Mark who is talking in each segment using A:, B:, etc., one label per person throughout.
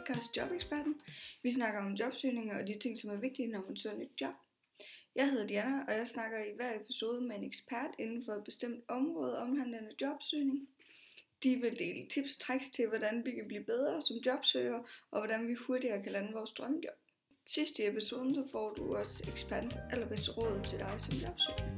A: podcast Jobeksperten. Vi snakker om jobsøgning og de ting, som er vigtige, når man søger nyt job. Jeg hedder Diana, og jeg snakker i hver episode med en ekspert inden for et bestemt område omhandlende jobsøgning. De vil dele tips og tricks til, hvordan vi kan blive bedre som jobsøgere, og hvordan vi hurtigere kan lande vores drømmejob. Sidst i episoden så får du også ekspertens allerbedste råd til dig som jobsøger.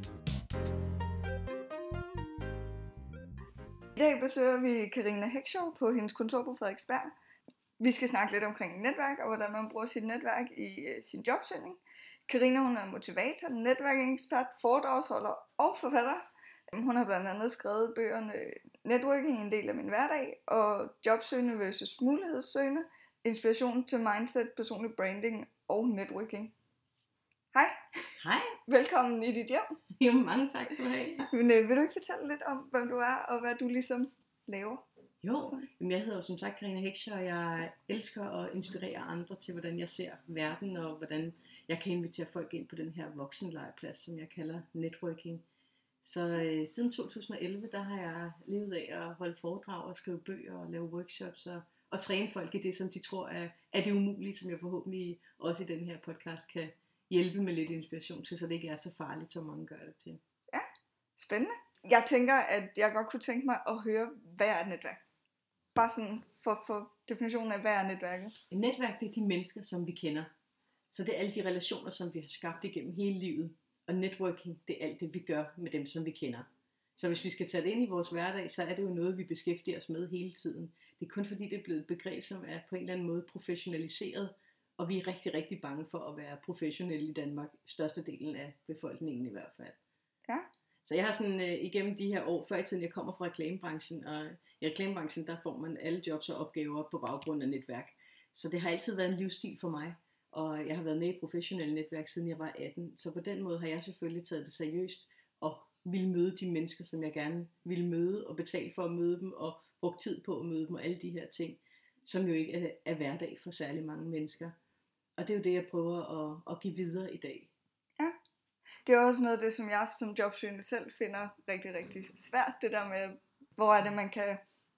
A: I dag besøger vi Karina Heckscher på hendes kontor på Frederiksberg. Vi skal snakke lidt omkring netværk og hvordan man bruger sit netværk i sin jobsøgning. Karina, hun er motivator, netværkingsekspert, foredragsholder og forfatter. Hun har blandt andet skrevet bøgerne Networking, en del af min hverdag, og Jobsøgende versus mulighedssøgende, inspiration til mindset, personlig branding og networking. Hej.
B: Hej.
A: Velkommen i dit hjem.
B: Jo, mange tak skal du have.
A: Men vil du ikke fortælle lidt om, hvem du er og hvad du ligesom laver?
B: Jo, jeg hedder som sagt Karina Heckscher, og jeg elsker at inspirere andre til, hvordan jeg ser verden, og hvordan jeg kan invitere folk ind på den her voksenlegeplads, som jeg kalder networking. Så siden 2011, der har jeg levet af at holde foredrag og skrive bøger og lave workshops og træne folk i det, som de tror er det umulige, som jeg forhåbentlig også i den her podcast kan hjælpe med lidt inspiration til, så det ikke er så farligt, som mange gør det til.
A: Ja, spændende. Jeg tænker, at jeg godt kunne tænke mig at høre, hvad er et netværk? Bare sådan for definitionen af, hvad er netværket?
B: Et netværk, det er de mennesker, som vi kender. Så det er alle de relationer, som vi har skabt igennem hele livet. Og networking, det er alt det, vi gør med dem, som vi kender. Så hvis vi skal tage det ind i vores hverdag, så er det jo noget, vi beskæftiger os med hele tiden. Det er kun fordi, det er blevet et begreb, som er på en eller anden måde professionaliseret. Og vi er rigtig, rigtig bange for at være professionelle i Danmark. Størstedelen af befolkningen i hvert fald.
A: Ja.
B: Så jeg har sådan igennem de her år, før i tiden jeg kommer fra reklamebranchen, og i reklamebranchen, der får man alle jobs og opgaver på baggrund af netværk. Så det har altid været en livsstil for mig. Og jeg har været med i professionelle netværk, siden jeg var 18. Så på den måde har jeg selvfølgelig taget det seriøst og ville møde de mennesker, som jeg gerne ville møde, og betale for at møde dem, og bruge tid på at møde dem, og alle de her ting, som jo ikke er hverdag for særlig mange mennesker. Og det er jo det, jeg prøver at give videre i dag.
A: Ja, det er også noget af det, som jeg som jobsøgende selv finder rigtig, rigtig svært. Det der med, hvor er det, man kan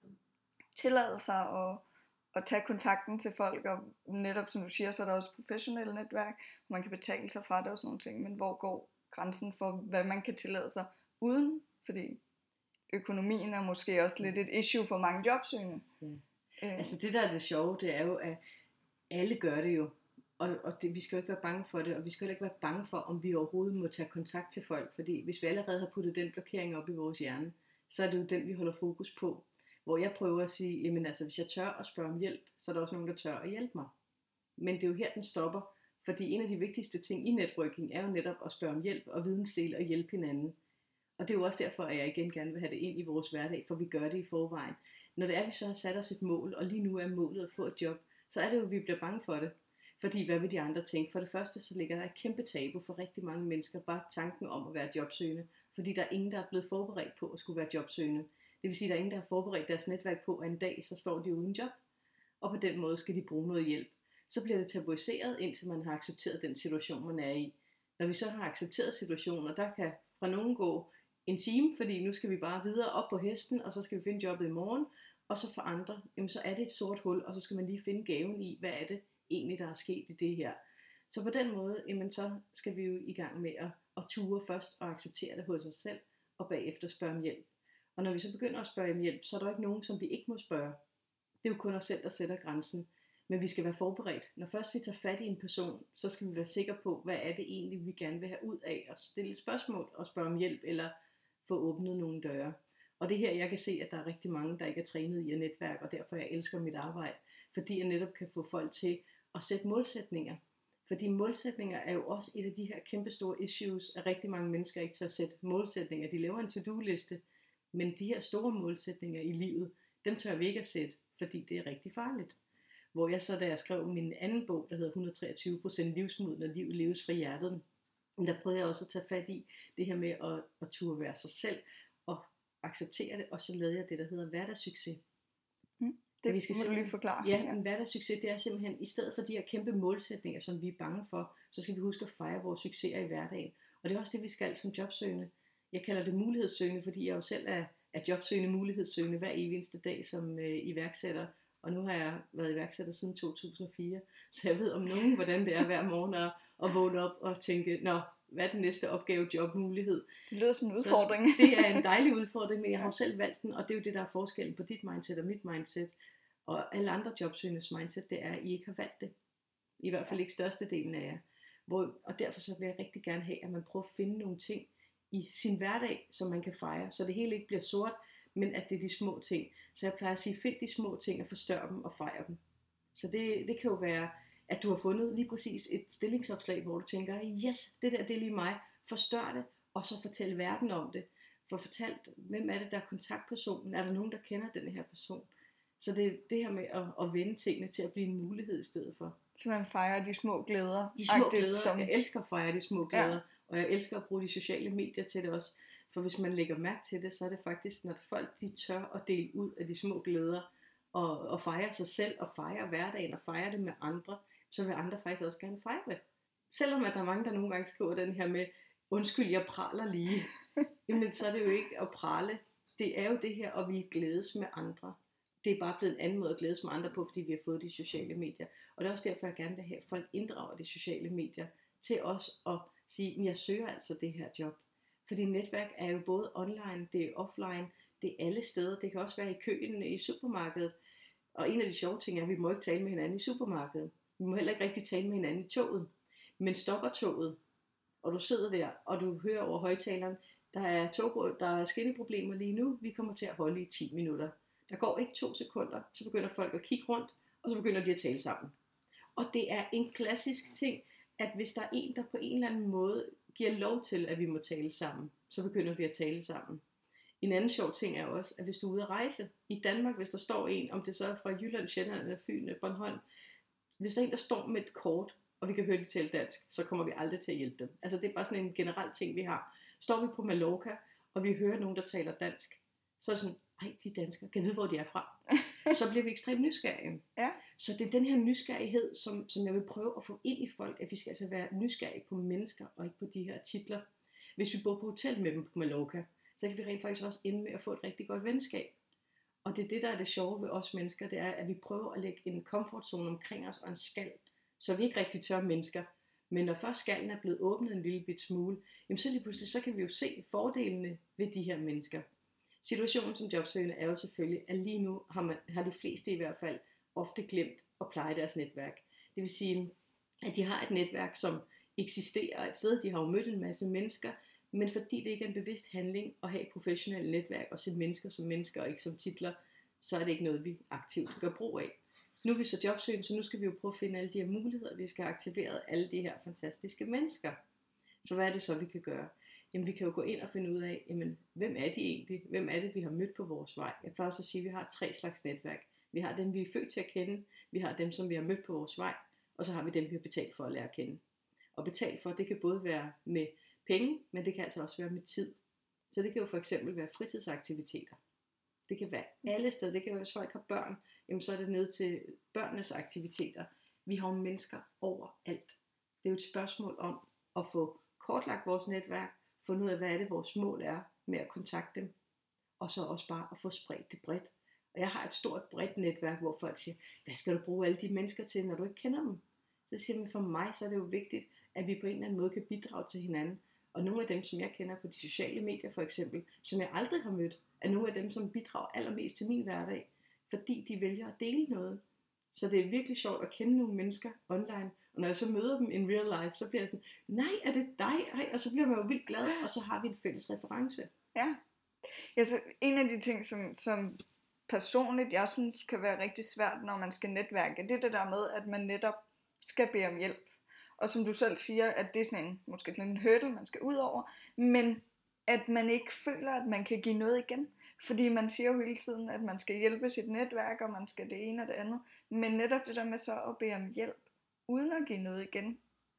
A: tillade sig at tage kontakten til folk, og netop som du siger, så er der også professionelle netværk, hvor man kan betale sig fra det og sådan nogle ting, men hvor går grænsen for, hvad man kan tillade sig uden, fordi økonomien er måske også lidt et issue for mange jobsøgende.
B: Ja. Altså det der er det sjove, det er jo, at alle gør det jo, og det, vi skal jo ikke være bange for det, og vi skal jo ikke være bange for, om vi overhovedet må tage kontakt til folk, fordi hvis vi allerede har puttet den blokering op i vores hjerne, så er det jo den, vi holder fokus på. Hvor jeg prøver at sige, jamen altså, hvis jeg tør at spørge om hjælp, så er der også nogen, der tør at hjælpe mig. Men det er jo her, den stopper. Fordi en af de vigtigste ting i networking er jo netop at spørge om hjælp og vidensdele og hjælpe hinanden. Og det er jo også derfor, at jeg igen gerne vil have det ind i vores hverdag, for vi gør det i forvejen. Når det er, vi så har sat os et mål, og lige nu er målet at få et job, så er det jo, at vi bliver bange for det. Fordi hvad vil de andre tænke? For det første, så ligger der et kæmpe tabu for rigtig mange mennesker, bare tanken om at være jobsøgende. Fordi der er ingen, der er blevet forberedt på at skulle være jobsøgende. Det vil sige, at der er ingen, der har forberedt deres netværk på, at en dag så står de uden job, og på den måde skal de bruge noget hjælp. Så bliver det tabuiseret, indtil man har accepteret den situation, man er i. Når vi så har accepteret situationen, der kan fra nogen gå en time, fordi nu skal vi bare videre op på hesten, og så skal vi finde jobbet i morgen, og så for andre, jamen så er det et sort hul, og så skal man lige finde gaven i, hvad er det egentlig, der er sket i det her. Så på den måde, jamen så skal vi jo i gang med at ture først og acceptere det hos os selv, og bagefter spørge om hjælp. Og når vi så begynder at spørge om hjælp, så er der ikke nogen, som vi ikke må spørge. Det er jo kun os selv, der sætter grænsen. Men vi skal være forberedt. Når først vi tager fat i en person, så skal vi være sikre på, hvad er det egentlig, vi gerne vil have ud af. Og stille et spørgsmål og spørge om hjælp, eller få åbnet nogle døre. Og det her, jeg kan se, at der er rigtig mange, der ikke er trænet i at netværk, og derfor jeg elsker mit arbejde. Fordi jeg netop kan få folk til at sætte målsætninger. Fordi målsætninger er jo også et af de her kæmpe store issues, at rigtig mange mennesker ikke tør at sætte målsætninger. De laver en to-do-liste. Men de her store målsætninger i livet, dem tør vi ikke at sætte, fordi det er rigtig farligt. Hvor jeg så, da jeg skrev min anden bog, der hedder 123% livsmod, når livet leves fra hjertet, der prøvede jeg også at tage fat i det her med at turde være sig selv, og acceptere det, og så lavede jeg det, der hedder hverdagssucces.
A: Det vi skal må du lige forklare.
B: Ja, en hverdagssucces, det er simpelthen, i stedet for de her kæmpe målsætninger, som vi er bange for, så skal vi huske at fejre vores succeser i hverdagen. Og det er også det, vi skal som jobsøgende. Jeg kalder det mulighedssøgende, fordi jeg jo selv er jobsøgende, mulighedssøgende hver eneste dag som iværksætter, Og nu har jeg været iværksætter siden 2004, så jeg ved om nogen, hvordan det er hver morgen at vågne op og tænke, hvad er den næste opgave, job, mulighed?
A: Det lyder som en udfordring.
B: Så det er en dejlig udfordring, men jeg har jo selv valgt den, og det er jo det, der er forskellen på dit mindset og mit mindset. Og alle andre jobsøgendes mindset, det er, at I ikke har valgt det. I hvert fald ikke størstedelen af jer. Og derfor så vil jeg rigtig gerne have, at man prøver at finde nogle ting i sin hverdag, som man kan fejre, så det hele ikke bliver sort, men at det er de små ting. Så jeg plejer at sige, find de små ting og forstør dem og fejre dem. Så det kan jo være, at du har fundet lige præcis et stillingsopslag, hvor du tænker, yes, det er lige mig. Forstør det, og så fortæl verden om det. For fortalt, hvem er det, der er kontaktpersonen? Er der nogen, der kender den her person? Så det er det her med at vende tingene til at blive en mulighed i stedet for.
A: Så man fejrer de små glæder.
B: De små glæder. Jeg elsker at fejre de små glæder. Ja. Og jeg elsker at bruge de sociale medier til det også. For hvis man lægger mærke til det, så er det faktisk, når folk de tør at dele ud af de små glæder, og fejre sig selv, og fejre hverdagen, og fejre det med andre, så vil andre faktisk også gerne fejre det. Selvom at der er mange, der nogle gange skriver den her med, undskyld, jeg praler lige. Jamen så er det jo ikke at prale. Det er jo det her at ville glædes med andre. Det er bare blevet en anden måde at glædes med andre på, fordi vi har fået de sociale medier. Og det er også derfor, jeg gerne vil have, at folk inddrager de sociale medier til os at sige, at jeg søger altså det her job. Fordi netværk er jo både online, det er offline, det er alle steder. Det kan også være i køen i supermarkedet. Og en af de sjove ting er, at vi må ikke tale med hinanden i supermarkedet. Vi må heller ikke rigtig tale med hinanden i toget. Men stopper toget, og du sidder der, og du hører over højtaleren, der er skinneproblemer lige nu, vi kommer til at holde i 10 minutter. Der går ikke 2 sekunder, så begynder folk at kigge rundt, og så begynder de at tale sammen. Og det er en klassisk ting, at hvis der er en, der på en eller anden måde giver lov til, at vi må tale sammen, så begynder vi at tale sammen. En anden sjov ting er også, at hvis du er ude at rejse i Danmark, hvis der står en, om det så er fra Jylland, Sjælland eller Fyn eller Bornholm, hvis der er en, der står med et kort, og vi kan høre de tale dansk, så kommer vi aldrig til at hjælpe dem. Altså det er bare sådan en generel ting, vi har. Står vi på Mallorca, og vi hører nogen, der taler dansk, så er det sådan, de danskere, kan vide, hvor de er fra. Så bliver vi ekstremt nysgerrige.
A: Ja.
B: Så det er den her nysgerrighed, som jeg vil prøve at få ind i folk, at vi skal altså være nysgerrige på mennesker, og ikke på de her titler. Hvis vi bor på hotel med dem på Mallorca, så kan vi rent faktisk også ende med at få et rigtig godt venskab. Og det er det, der er det sjove ved os mennesker, det er, at vi prøver at lægge en komfortzone omkring os og en skal, så vi ikke rigtig tør mennesker. Men når først skallen er blevet åbnet en lille bit smule, jamen så lige pludselig, så kan vi jo se fordelene ved de her mennesker. Situationen som jobsøgende er jo selvfølgelig, at lige nu har de fleste i hvert fald ofte glemt at pleje deres netværk. Det vil sige, at de har et netværk, som eksisterer et sted. De har jo mødt en masse mennesker, men fordi det ikke er en bevidst handling at have et professionelt netværk og se mennesker som mennesker og ikke som titler, så er det ikke noget, vi aktivt gør brug af. Nu er vi så jobsøgende, så nu skal vi jo prøve at finde alle de her muligheder. Vi skal have aktiveret alle de her fantastiske mennesker. Så hvad er det så, vi kan gøre? Jamen vi kan jo gå ind og finde ud af, jamen, hvem er de egentlig? Hvem er det, vi har mødt på vores vej? Jeg plejer også at sige, at vi har 3 slags netværk. Vi har dem, vi er født til at kende. Vi har dem, som vi har mødt på vores vej. Og så har vi dem, vi har betalt for at lære at kende. Og betalt for, det kan både være med penge, men det kan altså også være med tid. Så det kan jo for eksempel være fritidsaktiviteter. Det kan være alle steder. Det kan være, hvis folk har børn, jamen så er det ned til børnenes aktiviteter. Vi har jo mennesker overalt. Det er jo et spørgsmål om at få kortlagt vores netværk, fundet ud af, hvad er det, vores mål er med at kontakte dem, og så også bare at få spredt det bredt. Og jeg har et stort bredt netværk, hvor folk siger, hvad skal du bruge alle de mennesker til, når du ikke kender dem? Så siger man, for mig så er det jo vigtigt, at vi på en eller anden måde kan bidrage til hinanden. Og nogle af dem, som jeg kender på de sociale medier for eksempel, som jeg aldrig har mødt, er nogle af dem, som bidrager allermest til min hverdag, fordi de vælger at dele noget. Så det er virkelig sjovt at kende nogle mennesker online, og når jeg så møder dem in real life, så bliver jeg sådan, nej, er det dig? Ej, og så bliver man jo vildt glad, og så har vi en fælles reference.
A: Ja. Så en af de ting, som personligt, jeg synes kan være rigtig svært, når man skal netværke, det er det der med, at man netop skal bede om hjælp. Og som du selv siger, at det er sådan måske en hurdle, man skal ud over, men at man ikke føler, at man kan give noget igen. Fordi man siger jo hele tiden, at man skal hjælpe sit netværk, og man skal det ene og det andet. Men netop det der med så at bede om hjælp, uden at give noget igen,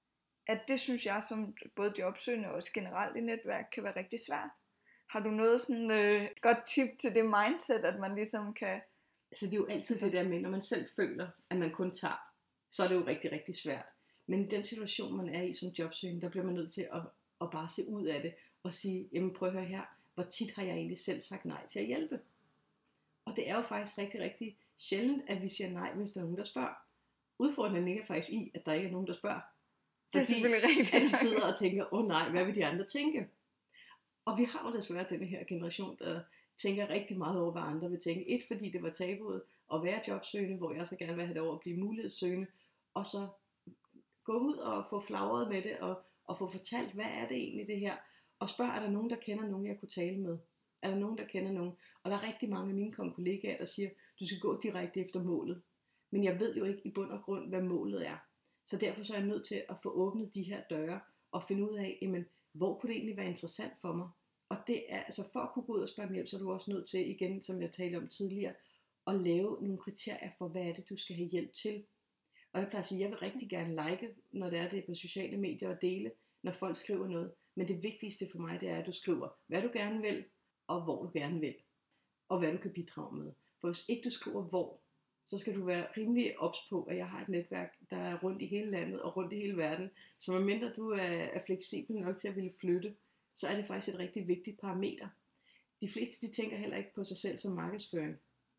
A: at det synes jeg som både jobsøgende og også generelt i netværk kan være rigtig svært. Har du noget sådan godt tip til det mindset, at man ligesom kan...
B: Altså det er jo altid det der med, når man selv føler, at man kun tager, så er det jo rigtig, rigtig svært. Men i den situation, man er i som jobsøgende, der bliver man nødt til at bare se ud af det og sige, jamen prøv at høre her, hvor tit har jeg egentlig selv sagt nej til at hjælpe? Og det er jo faktisk rigtig, rigtig sjældent, at vi siger nej, hvis der er nogen, der spørger. Udfordringen ligger faktisk i, at der ikke er nogen, der spørger.
A: Det er selvfølgelig rigtigt.
B: At de sidder og tænker, nej, hvad vil de andre tænke? Og vi har jo desværre denne her generation, der tænker rigtig meget over, hvad andre vil tænke. Fordi det var tabuet at være jobsøgende, hvor jeg så gerne vil have det over at blive mulighedssøgende, og så gå ud og få flagret med det, og få fortalt, hvad er det egentlig det her? Og spørg, er der nogen, der kender nogen, jeg kunne tale med? Er der nogen, der kender nogen? Og der er rigtig mange af mine kollegaer, der siger, du skal gå direkte efter målet. Men jeg ved jo ikke i bund og grund, hvad målet er. Så derfor så er jeg nødt til at få åbnet de her døre, og finde ud af, jamen, hvor kunne det egentlig være interessant for mig? Og det er, altså for at kunne gå ud og spørge om hjælp, så er du også nødt til, igen, som jeg talte om tidligere, at lave nogle kriterier for, hvad er det, du skal have hjælp til. Og jeg plejer at sige, jeg vil rigtig gerne like, når det er på sociale medier og dele, når folk skriver noget. Men det vigtigste for mig, det er, at du skriver, hvad du gerne vil, og hvor du gerne vil. Og hvad du kan bidrage med. For hvis ikke du skriver hvor, så skal du være rimelig ops på, at jeg har et netværk, der er rundt i hele landet og rundt i hele verden. Så medmindre du er fleksibel nok til at ville flytte, så er det faktisk et rigtig vigtigt parameter. De fleste, de tænker heller ikke på sig selv som markedsføring.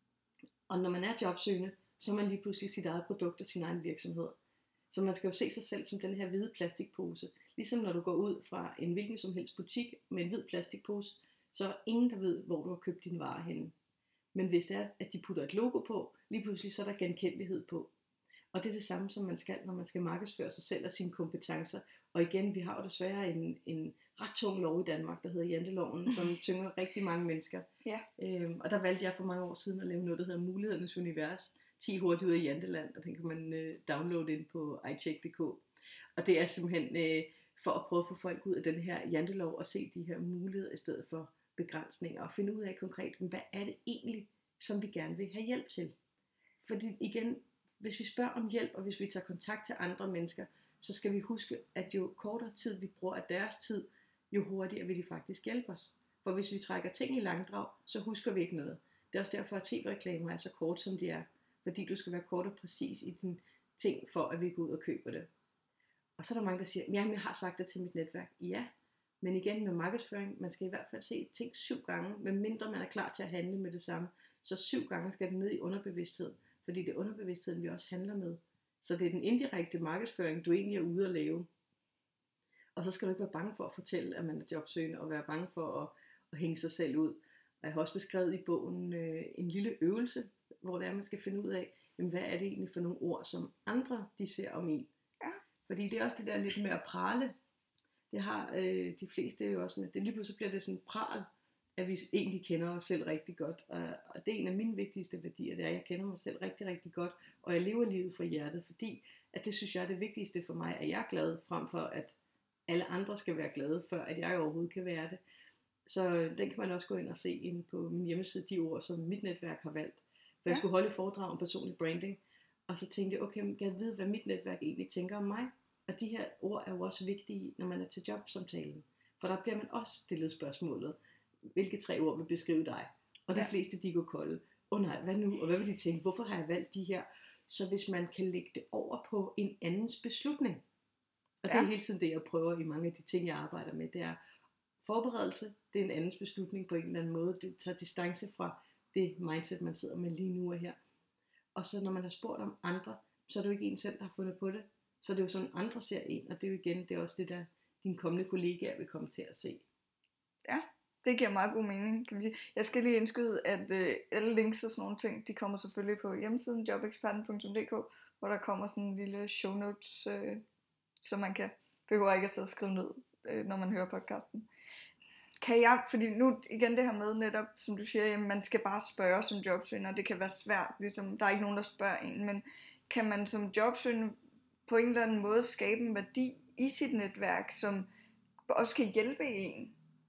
B: Og når man er jobsøgende, så er man lige pludselig sit eget produkt og sin egen virksomhed. Så man skal jo se sig selv som den her hvide plastikpose. Ligesom når du går ud fra en hvilken som helst butik med en hvid plastikpose, så er der ingen, der ved, hvor du har købt dine varer henne. Men hvis det er, at de putter et logo på, lige pludselig så er der genkendelighed på. Og det er det samme, som man skal, når man skal markedsføre sig selv og sine kompetencer. Og igen, vi har jo desværre en ret tung lov i Danmark, der hedder Janteloven, som tynger rigtig mange mennesker.
A: Ja.
B: Og der valgte jeg for mange år siden at lave noget, der hedder Mulighedernes Univers. 10 hurtigt ud af Janteland, og den kan man downloade ind på iCheck.dk. Og det er simpelthen for at prøve at få folk ud af den her jantelov og se de her muligheder i stedet for begrænsninger. Og finde ud af konkret, hvad er det egentlig, som vi gerne vil have hjælp til. Fordi igen, hvis vi spørger om hjælp, og hvis vi tager kontakt til andre mennesker, så skal vi huske, at jo kortere tid vi bruger af deres tid, jo hurtigere vil de faktisk hjælpe os. For hvis vi trækker ting i langdrag, så husker vi ikke noget. Det er også derfor, at tv-reklamer er så kort, som de er. Fordi du skal være kort og præcis i dine ting, for at vi går ud og køber det. Og så er der mange, der siger, jamen jeg har sagt det til mit netværk. Ja, men igen med markedsføring, man skal i hvert fald se ting 7 gange, medmindre man er klar til at handle med det samme. Så 7 gange skal det ned i underbevidsthed, fordi det er underbevidstheden, vi også handler med. Så det er den indirekte markedsføring, du egentlig er ude at lave. Og så skal du ikke være bange for at fortælle, at man er jobsøgende, og være bange for at hænge sig selv ud. Og jeg har også beskrevet i bogen en lille øvelse, hvor det er, man skal finde ud af, jamen, hvad er det egentlig for nogle ord, som andre de ser om en.
A: Ja.
B: Fordi det er også det der lidt med at prale. Det har de fleste jo også med. Det lige pludselig bliver det sådan pral, at vi egentlig kender os selv rigtig godt. Og det er en af mine vigtigste værdier, det er, at jeg kender mig selv rigtig, rigtig godt. Og jeg lever livet fra hjertet, fordi at det synes jeg er det vigtigste for mig, at jeg er glad, frem for at alle andre skal være glade, før at jeg overhovedet kan være det. Så den kan man også gå ind og se ind på min hjemmeside, de ord, som mit netværk har valgt. For jeg skulle holde et foredrag om personlig branding, og så tænkte jeg, okay, jeg ved, hvad mit netværk egentlig tænker om mig. Og de her ord er jo også vigtige, når man er til jobsamtalen. For der bliver man også stillet spørgsmålet, hvilke 3 ord vil beskrive dig? Og de fleste, de går kolde. Nej, hvad nu? Og hvad vil de tænke? Hvorfor har jeg valgt de her? Så hvis man kan lægge det over på en andens beslutning. Og det er hele tiden det, jeg prøver i mange af de ting, jeg arbejder med. Det er forberedelse, det er en andens beslutning på en eller anden måde. Det tager distance fra det mindset, man sidder med lige nu og her. Og så når man har spurgt om andre, så er det jo ikke en selv, der har fundet på det. Så det er jo sådan, andre ser en, og det er jo igen, det er også det, der dine kommende kollegaer vil komme til at se.
A: Ja, det giver meget god mening, kan man sige. Jeg skal lige indskyde, at alle links og sådan nogle ting, de kommer selvfølgelig på hjemmesiden jobeksperten.dk, hvor der kommer sådan en lille show notes, så man kan behøver ikke at sidde og skrive ned, når man hører podcasten. Kan jeg, fordi nu igen det her med netop, som du siger, jamen, man skal bare spørge som jobsøgende, og det kan være svært, ligesom, der er ikke nogen, der spørger en, men kan man som jobsøgende på en eller anden måde skabe en værdi i sit netværk, som også kan hjælpe en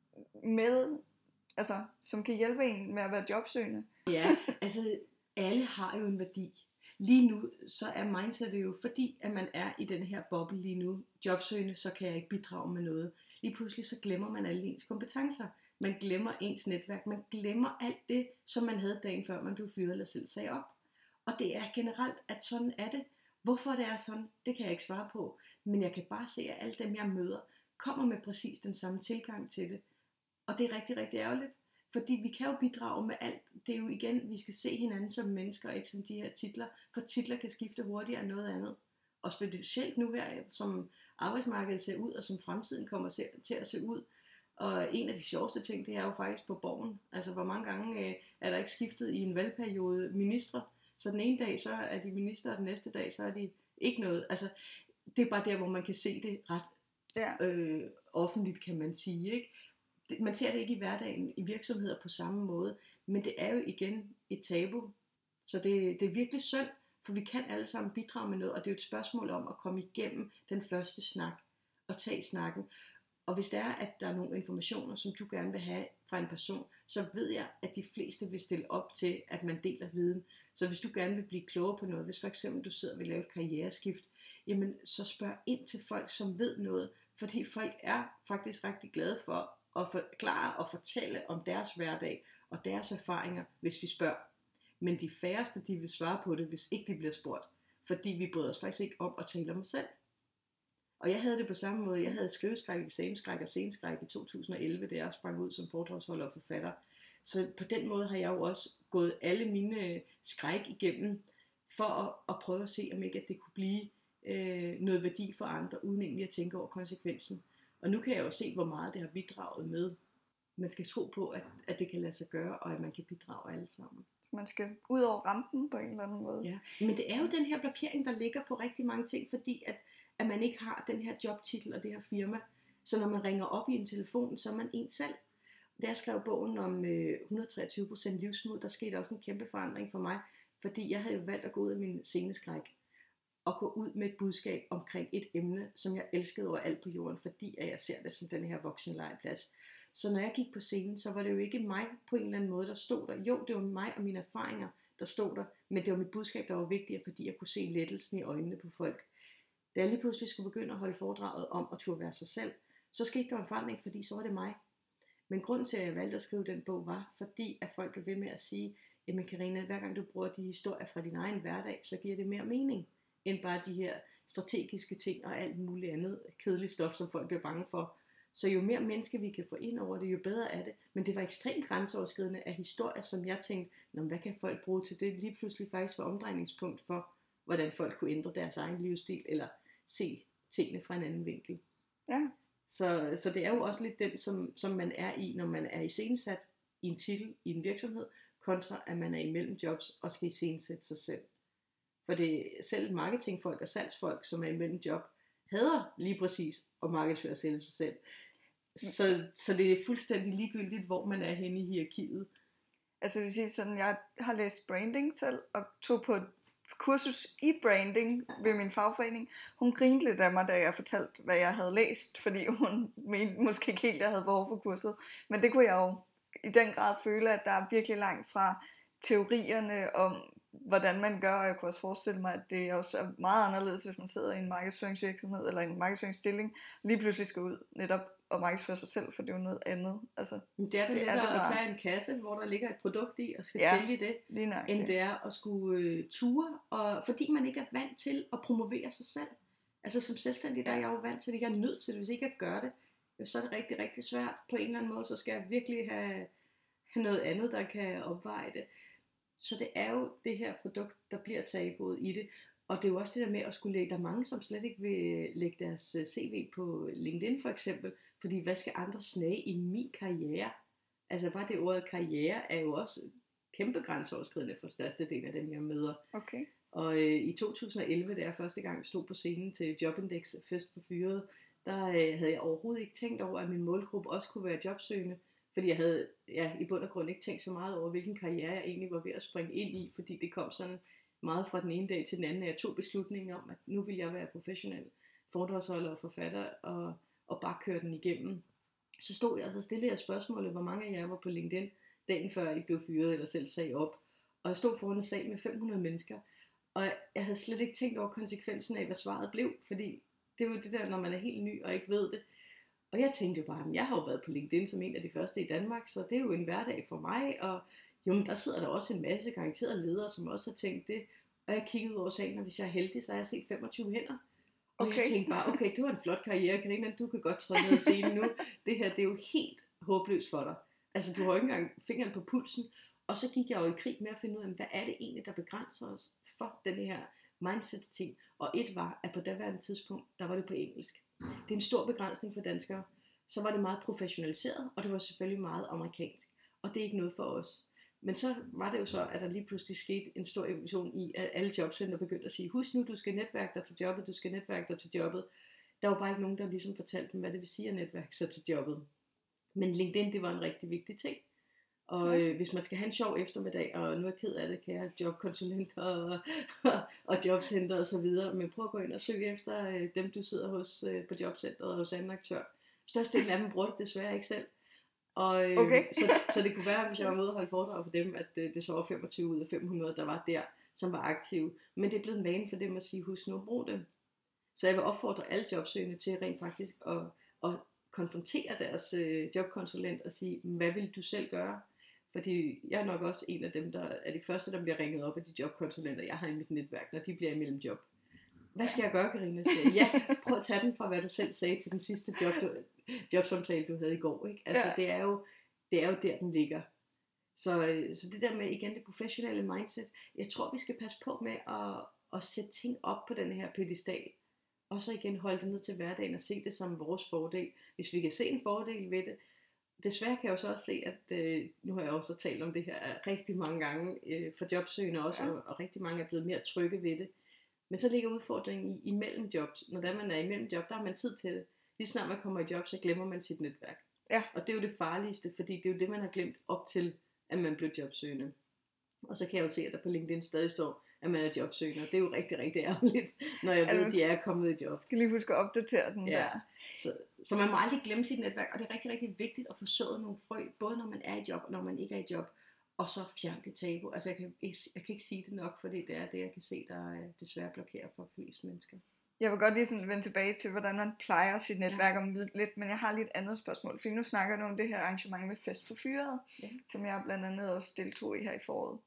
A: med, altså som kan hjælpe en med at være jobsøgende?
B: Ja, altså alle har jo en værdi. Lige nu, så er mindsetet jo, fordi at man er i den her boble lige nu, jobsøgende, så kan jeg ikke bidrage med noget. Lige pludselig så glemmer man alle ens kompetencer. Man glemmer ens netværk. Man glemmer alt det, som man havde dagen før man blev fyret eller selv sagde op. Og det er generelt, at sådan er det. Hvorfor det er sådan, det kan jeg ikke svare på. Men jeg kan bare se, at alle dem, jeg møder, kommer med præcis den samme tilgang til det. Og det er rigtig, rigtig ærgerligt. Fordi vi kan jo bidrage med alt. Det er jo igen, vi skal se hinanden som mennesker, ikke som de her titler. For titler kan skifte hurtigere end noget andet. Og specielt nu her, som arbejdsmarkedet ser ud, og som fremtiden kommer til at se ud. Og en af de sjoveste ting, det er jo faktisk på Borgen. Altså hvor mange gange er der ikke skiftet i en valgperiode ministre. Så den ene dag, så er de ministre, og den næste dag, så er de ikke noget. Altså det er bare der, hvor man kan se det ret offentligt, kan man sige, ikke? Man ser det ikke i hverdagen i virksomheder på samme måde, men det er jo igen et tabu. Så det er virkelig synd, for vi kan alle sammen bidrage med noget, og det er jo et spørgsmål om at komme igennem den første snak og tage snakken. Og hvis det er, at der er nogle informationer, som du gerne vil have fra en person, så ved jeg, at de fleste vil stille op til, at man deler viden. Så hvis du gerne vil blive klogere på noget, hvis for eksempel du sidder og vil lave et karriereskift, jamen så spørg ind til folk, som ved noget, fordi folk er faktisk rigtig glade for at forklare og fortælle om deres hverdag og deres erfaringer, hvis vi spørger. Men de færreste, de vil svare på det, hvis ikke de bliver spurgt. Fordi vi bryder os faktisk ikke om at tale om os selv. Og jeg havde det på samme måde. Jeg havde skriveskræk, eksamensskræk og sceneskræk i 2011, da jeg sprang ud som foredragsholder og forfatter. Så på den måde har jeg jo også gået alle mine skræk igennem, for at prøve at se, om ikke at det kunne blive noget værdi for andre, uden egentlig at tænke over konsekvensen. Og nu kan jeg jo se, hvor meget det har bidraget med. Man skal tro på, at det kan lade sig gøre, og at man kan bidrage alle sammen.
A: Man skal ud over rampen på en eller anden måde.
B: Ja, men det er jo den her blokering, der ligger på rigtig mange ting, fordi at man ikke har den her jobtitel og det her firma. Så når man ringer op i en telefon, så er man en selv. Da jeg skrev bogen om 123% livsmod, der skete også en kæmpe forandring for mig, fordi jeg havde jo valgt at gå ud af min sceneskræk og gå ud med et budskab omkring et emne, som jeg elskede over alt på jorden, fordi at jeg ser det som den her voksenlegeplads. Så når jeg gik på scenen, så var det jo ikke mig på en eller anden måde, der stod der. Jo, det var mig og mine erfaringer, der stod der, men det var mit budskab, der var vigtigere, fordi jeg kunne se lettelsen i øjnene på folk. Da jeg lige pludselig skulle begynde at holde foredraget om at turde være sig selv, så skete der en forandring, fordi så var det mig. Men grunden til, at jeg valgte at skrive den bog, var, fordi at folk blev ved med at sige, jamen Karina, hver gang du bruger de historier fra din egen hverdag, så giver det mere mening, end bare de her strategiske ting og alt muligt andet kedeligt stof, som folk bliver bange for. Så jo mere mennesker vi kan få ind over det, jo bedre er det. Men det var ekstremt grænseoverskridende af historier, som jeg tænkte, hvad kan folk bruge til det? Lige pludselig faktisk var omdrejningspunkt for, hvordan folk kunne ændre deres egen livsstil, eller se tingene fra en anden vinkel.
A: Ja.
B: Så det er jo også lidt den, som man er i, når man er iscenesat i en titel, i en virksomhed, kontra at man er imellem jobs og skal iscenesætte sig selv. For det er selv marketingfolk og salgsfolk, som er imellem job, hader lige præcis at markedsføre og sælge sig selv. Så det er fuldstændig ligegyldigt, hvor man er henne i hierarkiet.
A: Altså det vil sige sådan, jeg har læst branding selv, og tog på et kursus i branding ved min fagforening. Hun grinte lidt af mig, da jeg fortalte, hvad jeg havde læst, fordi hun mente måske ikke helt, at jeg havde behov for kurset. Men det kunne jeg jo i den grad føle, at der er virkelig langt fra teorierne om, hvordan man gør, og jeg kunne også forestille mig, at det også er meget anderledes, hvis man sidder i en markedsføringsvirksomhed eller en markedsføringsstilling, og lige pludselig skal ud netop og markedsføre sig selv, for det er jo noget andet. Altså,
B: det er det lettere at tage en kasse, hvor der ligger et produkt i, og skal sælge det, end det er at skulle ture, og fordi man ikke er vant til at promovere sig selv. Altså som selvstændig, der er jeg jo vant til det, jeg er nødt til det, hvis ikke jeg gør det, så er det rigtig, rigtig svært. På en eller anden måde, så skal jeg virkelig have noget andet, der kan opveje det. Så det er jo det her produkt, der bliver taget i det. Og det er jo også det der med at skulle lægge, der mange, som slet ikke vil lægge deres CV på LinkedIn for eksempel, fordi hvad skal andre snage i min karriere? Altså bare det ordet karriere er jo også kæmpe grænseoverskridende for størstedelen af dem, jeg møder.
A: Okay.
B: Og i 2011, da jeg første gang stod på scenen til Jobindex Fest for Fyret, der havde jeg overhovedet ikke tænkt over, at min målgruppe også kunne være jobsøgende. Fordi jeg havde i bund og grund ikke tænkt så meget over, hvilken karriere jeg egentlig var ved at springe ind i, fordi det kom sådan meget fra den ene dag til den anden, at jeg tog beslutningen om, at nu vil jeg være professionel foredragsholder og forfatter, og bare køre den igennem. Så stod jeg, og så stillede jeg spørgsmålet, hvor mange af jer var på LinkedIn, dagen før I blev fyret eller selv sag op. Og jeg stod foran en sal med 500 mennesker, og jeg havde slet ikke tænkt over konsekvensen af, hvad svaret blev, fordi det var det der, når man er helt ny og ikke ved det. Og jeg tænkte jo bare, at jeg har jo været på LinkedIn som en af de første i Danmark, så det er jo en hverdag for mig, og jo, men der sidder der også en masse garanterede ledere, som også har tænkt det. Og jeg kiggede ud over salen, og hvis jeg er heldig, så har jeg set 25 hænder. Og jeg tænkte bare, okay, du har en flot karriere, Karina, du kan godt træde ned og se nu. Det her, det er jo helt håbløst for dig. Altså, du har jo ikke engang fingeren på pulsen. Og så gik jeg jo i krig med at finde ud af, hvad er det egentlig, der begrænser os for den her mindset-ting. Og et var, at på daværende tidspunkt, der var det på engelsk. Det er en stor begrænsning for danskere. Så var det meget professionaliseret, og det var selvfølgelig meget amerikansk. Og det er ikke noget for os. Men så var det jo så, at der lige pludselig skete en stor evolution i, at alle jobcenter begyndte at sige, husk nu, du skal netværke dig til jobbet, du skal netværke dig til jobbet. Der var bare ikke nogen, der ligesom fortalte dem, hvad det vil sige at netværke sig til jobbet. Men LinkedIn, det var en rigtig vigtig ting. Og hvis man skal have en sjov eftermiddag, og nu er jeg ked af det, kære jobkonsulenter og jobcenter og så videre, men prøv at gå ind og søge efter dem, du sidder hos på jobcenteret og hos anden aktør. Størstedelen af dem bruger det desværre ikke selv. Og så det kunne være, hvis jeg var med og holde foredrag for dem, at det så var 25 ud af 500, der var der, som var aktive. Men det er blevet en vane for dem at sige, husk nu, brug det. Så jeg vil opfordre alle jobsøgende til rent faktisk at konfrontere deres jobkonsulent og sige, hvad vil du selv gøre? Fordi jeg er nok også en af dem, der er de første, der bliver ringet op af de jobkonsulenter, jeg har i mit netværk, når de bliver imellem job. Hvad skal jeg gøre, Karina? Ja, prøv at tage den fra, hvad du selv sagde til den sidste jobsamtale, du havde i går. Ikke? Altså, det er jo der, den ligger. Så det der med, igen, det professionelle mindset, jeg tror, vi skal passe på med at sætte ting op på den her pedestal. Og så igen holde det ned til hverdagen og se det som vores fordel. Hvis vi kan se en fordel ved det. Desværre kan jeg jo så også se, at nu har jeg også talt om det her rigtig mange gange for jobsøgende også, og rigtig mange er blevet mere trygge ved det. Men så ligger udfordringen i imellem jobs. Når man er imellem job, der har man tid til det. Lige snart man kommer i job, så glemmer man sit netværk. Ja. Og det er jo det farligste, fordi det er jo det, man har glemt op til, at man blev jobsøgende. Og så kan jeg jo se, at der på LinkedIn stadig står, at man er jobsøgende. Og det er jo rigtig, rigtig ærgerligt, når jeg ved, at de er kommet i job.
A: Skal lige huske at opdatere den der.
B: Så man må aldrig glemme sit netværk, og det er rigtig, rigtig vigtigt at få sået nogle frø, både når man er i job, og når man ikke er i job. Og så fjerne det tabu. Altså jeg kan ikke sige det nok, fordi det er det, jeg kan se, der desværre blokerer for flest mennesker.
A: Jeg vil godt lige sådan vende tilbage til, hvordan man plejer sit netværk om lidt, men jeg har lige et andet spørgsmål. For nu snakker du om det her arrangement med Fest for Fyret, som jeg blandt andet også deltog i her i foråret.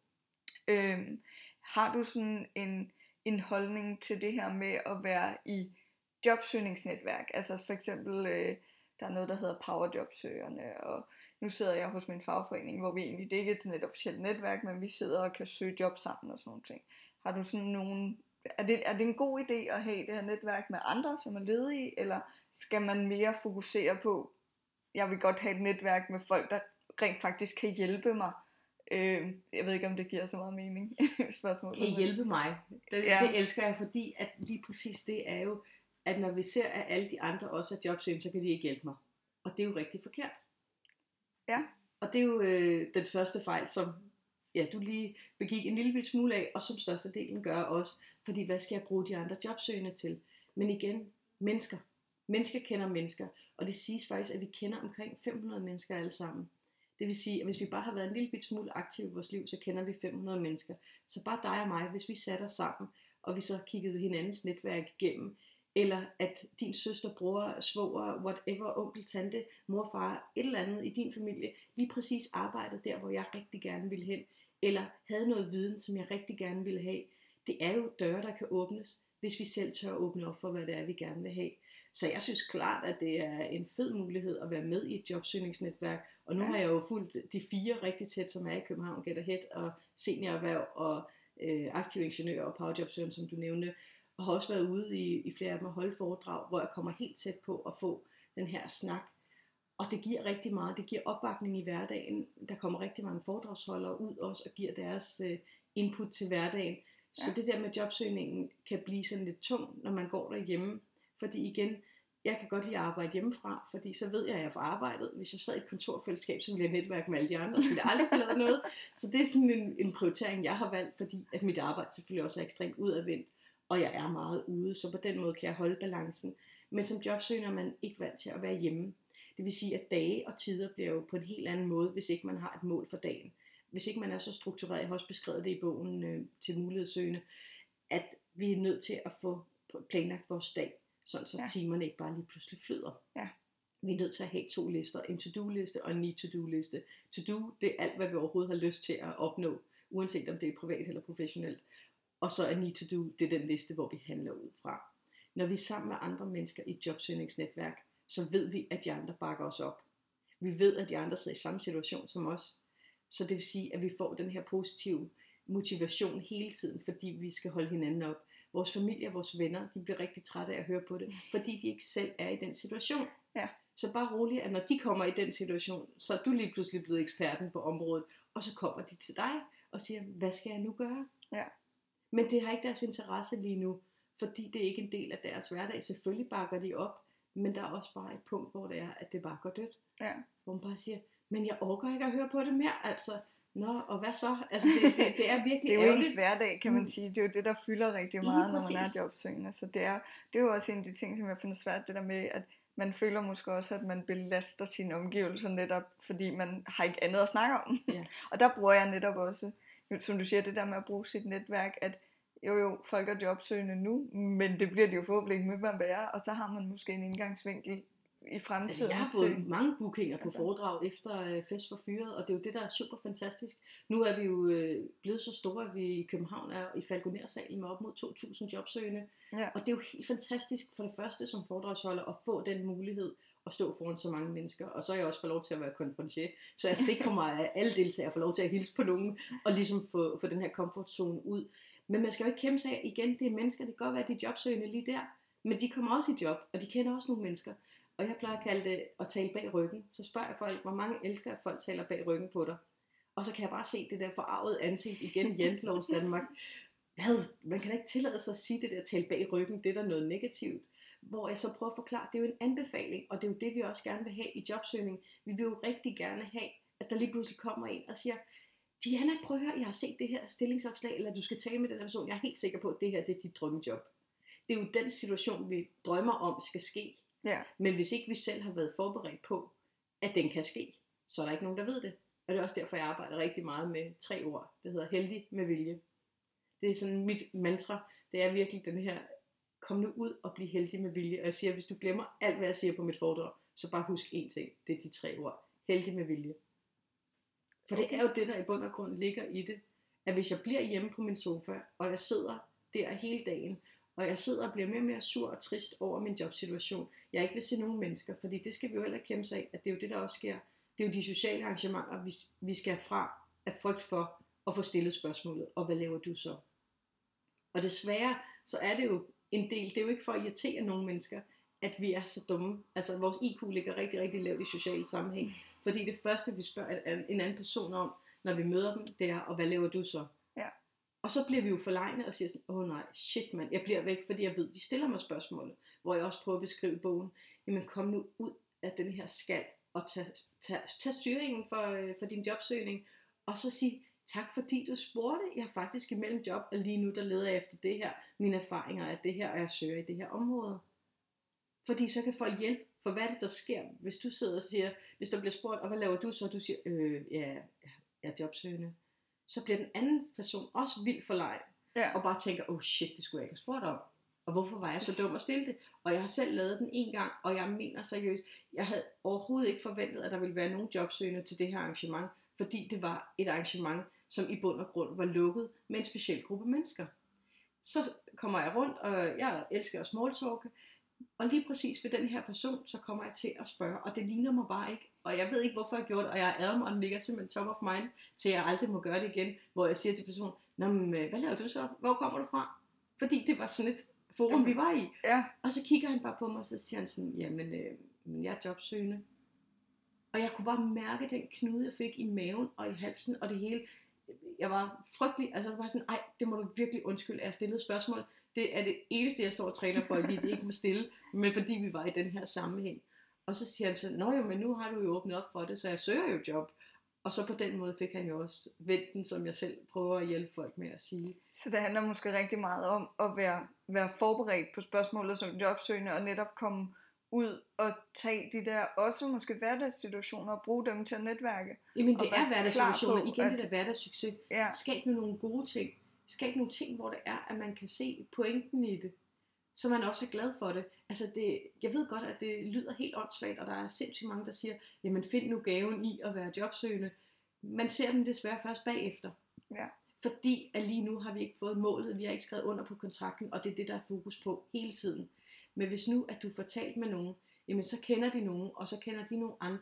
A: Har du sådan en holdning til det her med at være i jobsøgningsnetværk? Altså for eksempel, der er noget, der hedder Powerjobsøgerne, og nu sidder jeg hos min fagforening, hvor vi egentlig, det ikke er sådan et officielt netværk, men vi sidder og kan søge job sammen og sådan nogle ting. Har du sådan nogen, er det en god idé at have det her netværk med andre, som er ledige, eller skal man mere fokusere på, jeg vil godt have et netværk med folk, der rent faktisk kan hjælpe mig? Jeg ved ikke, om det giver så meget mening, spørgsmålet.
B: Kan hjælpe mig? Det elsker jeg, fordi at lige præcis det er jo, at når vi ser, at alle de andre også er jobsøgende, så kan de ikke hjælpe mig. Og det er jo rigtig forkert.
A: Ja.
B: Og det er jo den første fejl, som du lige begik en lille smule af, og som størstedelen gør også. Fordi hvad skal jeg bruge de andre jobsøgende til? Men igen, mennesker. Mennesker kender mennesker. Og det siges faktisk, at vi kender omkring 500 mennesker alle sammen. Det vil sige, at hvis vi bare har været en lille smule aktive i vores liv, så kender vi 500 mennesker. Så bare dig og mig, hvis vi satte os sammen, og vi så kiggede hinandens netværk igennem, eller at din søster, bror, svoger, whatever, onkel, tante, mor, far, et eller andet i din familie, lige præcis arbejdede der, hvor jeg rigtig gerne ville hen, eller havde noget viden, som jeg rigtig gerne ville have. Det er jo døre, der kan åbnes, hvis vi selv tør åbne op for, hvad det er, vi gerne vil have. Så jeg synes klart, at det er en fed mulighed at være med i et jobsøgningsnetværk. Og nu har jeg jo fulgt de 4 rigtig tæt, som er i København, Get Ahead og seniorerhverv og aktive ingeniører og powerjobsøgerne, som du nævnte. Og har også været ude i flere af dem at holde foredrag, hvor jeg kommer helt tæt på at få den her snak. Og det giver rigtig meget. Det giver opbakning i hverdagen. Der kommer rigtig mange foredragsholdere ud også og giver deres input til hverdagen. Så det der med jobsøgningen kan blive sådan lidt tung, når man går derhjemme. Fordi igen, jeg kan godt lide at arbejde hjemmefra, fordi så ved jeg, at jeg får arbejdet. Hvis jeg sad i et kontorfællesskab, så ville jeg netværke med alle de andre, så ville jeg aldrig få lavet noget. Så det er sådan en prioritering, jeg har valgt, fordi at mit arbejde selvfølgelig også er ekstremt udadvendt, og jeg er meget ude, så på den måde kan jeg holde balancen. Men som jobsøgende er man ikke vant til at være hjemme. Det vil sige, at dage og tider bliver jo på en helt anden måde, hvis ikke man har et mål for dagen. Hvis ikke man er så struktureret, jeg har også beskrevet det i bogen til mulighedssøgende, at vi er nødt til at få planlagt vores dag, sådan så timerne ikke bare lige pludselig flyder. Ja. Vi er nødt til at have 2 lister, en to-do-liste og en need-to-do-liste. To-do, det er alt, hvad vi overhovedet har lyst til at opnå, uanset om det er privat eller professionelt. Og så er need-to-do, det er den liste, hvor vi handler ud fra. Når vi er sammen med andre mennesker i et jobsøgningsnetværk, så ved vi, at de andre bakker os op. Vi ved, at de andre sidder i samme situation som os. Så det vil sige, at vi får den her positive motivation hele tiden, fordi vi skal holde hinanden op. Vores familie og vores venner, de bliver rigtig trætte af at høre på det, fordi de ikke selv er i den situation.
A: Ja.
B: Så bare roligt, at når de kommer i den situation, så er du lige pludselig blevet eksperten på området, og så kommer de til dig og siger, hvad skal jeg nu gøre?
A: Ja.
B: Men det har ikke deres interesse lige nu, fordi det er ikke en del af deres hverdag. Selvfølgelig bakker de op, men der er også bare et punkt, hvor det er, at det bare går dødt.
A: Ja.
B: Hvor man bare siger, men jeg orker ikke at høre på det mere, altså. Nå, og hvad så? Altså, det er virkelig
A: det er jo
B: ærgerligt.
A: ens hverdag, kan man sige. Det er jo det, der fylder rigtig meget, når man er jobsøgende. Så det er jo også en af de ting, som jeg finder svært, det der med, at man føler måske også, at man belaster sine omgivelser netop, fordi man har ikke andet at snakke om.
B: Ja.
A: Og der bruger jeg netop også, som du siger, det der med at bruge sit netværk, at jo, folk er jobsøgende nu, men det bliver de jo forhåbentlig ikke med at være, og så har man måske en indgangsvinkel i fremtiden.
B: Altså, jeg har fået mange bookinger på foredrag efter Fest for Fyret, og det er jo det, der er super fantastisk. Nu er vi jo blevet så store, at vi i København er i Falconer-salen med op mod 2.000 jobsøgende.
A: Ja.
B: Og det er jo helt fantastisk for det første som foredragsholder at få den mulighed at stå foran så mange mennesker. Og så er jeg også fået lov til at være konferencier, så jeg sikrer mig, at alle deltagere får lov til at hilse på nogen, og ligesom få den her komfortzone ud. Men man skal jo ikke kæmpe sig af, igen, det er mennesker, det kan godt være, at de er jobsøgende lige der, men de kommer også i job, og de kender også nogle mennesker. Og jeg plejer at kalde det at tale bag ryggen. Så spørger jeg folk, hvor mange elsker, at folk taler bag ryggen på dig. Og så kan jeg bare se det der forarvede ansigt igen i Jantelovs Danmark. Hvad? Man kan da ikke tillade sig at sige det der tale bag ryggen, det er der noget negativt. Hvor jeg så prøver at forklare, det er jo en anbefaling, og det er jo det, vi også gerne vil have i jobsøgning. Vi vil jo rigtig gerne have, at der lige pludselig kommer en og siger, Diana, prøv at høre, jeg har set det her stillingsopslag, eller du skal tale med den her person. Jeg er helt sikker på, at det her det er dit drømmejob. Det er jo den situation, vi drømmer om skal ske.
A: Ja.
B: Men hvis ikke vi selv har været forberedt på, at den kan ske, så er der ikke nogen, der ved det. Og det er også derfor, jeg arbejder rigtig meget med 3 ord. Det hedder heldig med vilje. Det er sådan mit mantra. Det er virkelig den her, kom nu ud og bliv heldig med vilje. Og jeg siger, hvis du glemmer alt, hvad jeg siger på mit foredrag, så bare husk én ting. Det er de 3 ord. Heldig med vilje. For det er jo det, der i bund og grund ligger i det. At hvis jeg bliver hjemme på min sofa, og jeg sidder der hele dagen, og jeg sidder og bliver mere og mere sur og trist over min jobsituation, jeg ikke vil se nogen mennesker, fordi det skal vi jo heller ikke kæmpe sig af, at det er jo det, der også sker. Det er jo de sociale arrangementer, vi skal fra af frygt for at få stillet spørgsmålet, og hvad laver du så? Og desværre, så er det jo en del, det er jo ikke for at irritere nogle mennesker, at vi er så dumme. Altså vores IQ ligger rigtig, rigtig lavt i sociale sammenhæng, fordi det første, vi spørger en anden person om, når vi møder dem, det er, og hvad laver du så?
A: Ja.
B: Og så bliver vi jo forlegne og siger sådan, nej, shit mand, jeg bliver væk, fordi jeg ved, de stiller mig spørgsmålet, hvor jeg også prøver at beskrive i bogen, jamen kom nu ud af den her skal, og tag styringen for din jobsøgning, og så sig, tak fordi du spurgte, jeg er faktisk imellem job, og lige nu der leder jeg efter det her, mine erfaringer er det her, og jeg søger i det her område. Fordi så kan folk hjælpe, for hvad er det der sker, hvis du sidder og siger, hvis der bliver spurgt, og hvad laver du så, og du siger, jeg er jobsøgende, så bliver den anden person også vildt forlegen, og bare tænker, shit, det skulle jeg ikke have spurgt om. Og hvorfor var jeg så dum at stille det? Og jeg har selv lavet den en gang, og jeg mener seriøst, jeg havde overhovedet ikke forventet, at der ville være nogen jobsøgende til det her arrangement, fordi det var et arrangement, som i bund og grund var lukket med en speciel gruppe mennesker. Så kommer jeg rundt, og jeg elsker at smalltalke, og lige præcis ved den her person, så kommer jeg til at spørge, og det ligner mig bare ikke, og jeg ved ikke, hvorfor jeg gjorde det, og jeg er mig, og den ligger simpelthen top of mind, til jeg aldrig må gøre det igen, hvor jeg siger til personen, nå, men hvad laver du så? Hvor kommer du fra? Fordi det var sådan et forum, vi var i.
A: Ja.
B: Og så kigger han bare på mig, og så siger han sådan, jamen, jeg er jobsøgende. Og jeg kunne bare mærke den knude, jeg fik i maven og i halsen, og det hele. Jeg var frygtelig, altså det var sådan, det må du virkelig undskylde, at jeg stillede spørgsmål. Det er det eneste, jeg står og træner for, at vi ikke må stille, men fordi vi var i den her sammenhæng. Og så siger han så, nå jo, men nu har du jo åbnet op for det, så jeg søger jo job. Og så på den måde fik han jo også venten, som jeg selv prøver at hjælpe folk med at sige.
A: Så det handler måske rigtig meget om at være forberedt på spørgsmålet som jobsøgende, og netop komme ud og tage de der også måske hverdagssituationer og bruge dem til at netværke.
B: Jamen det er hverdagssituationer, igen
A: at
B: det der hverdagssucces. Ja. Skab nu nogle gode ting. Skab nogle ting, hvor det er, at man kan se pointen i det, så man også er glad for det. Altså jeg ved godt, at det lyder helt åndssvagt, og der er sindssygt mange, der siger, jamen find nu gaven i at være jobsøgende. Man ser dem desværre først bagefter.
A: Ja.
B: Fordi at lige nu har vi ikke fået målet, vi har ikke skrevet under på kontrakten, og det er det, der er fokus på hele tiden. Men hvis nu, at du får talt med nogen, jamen så kender de nogen, og så kender de nogle andre,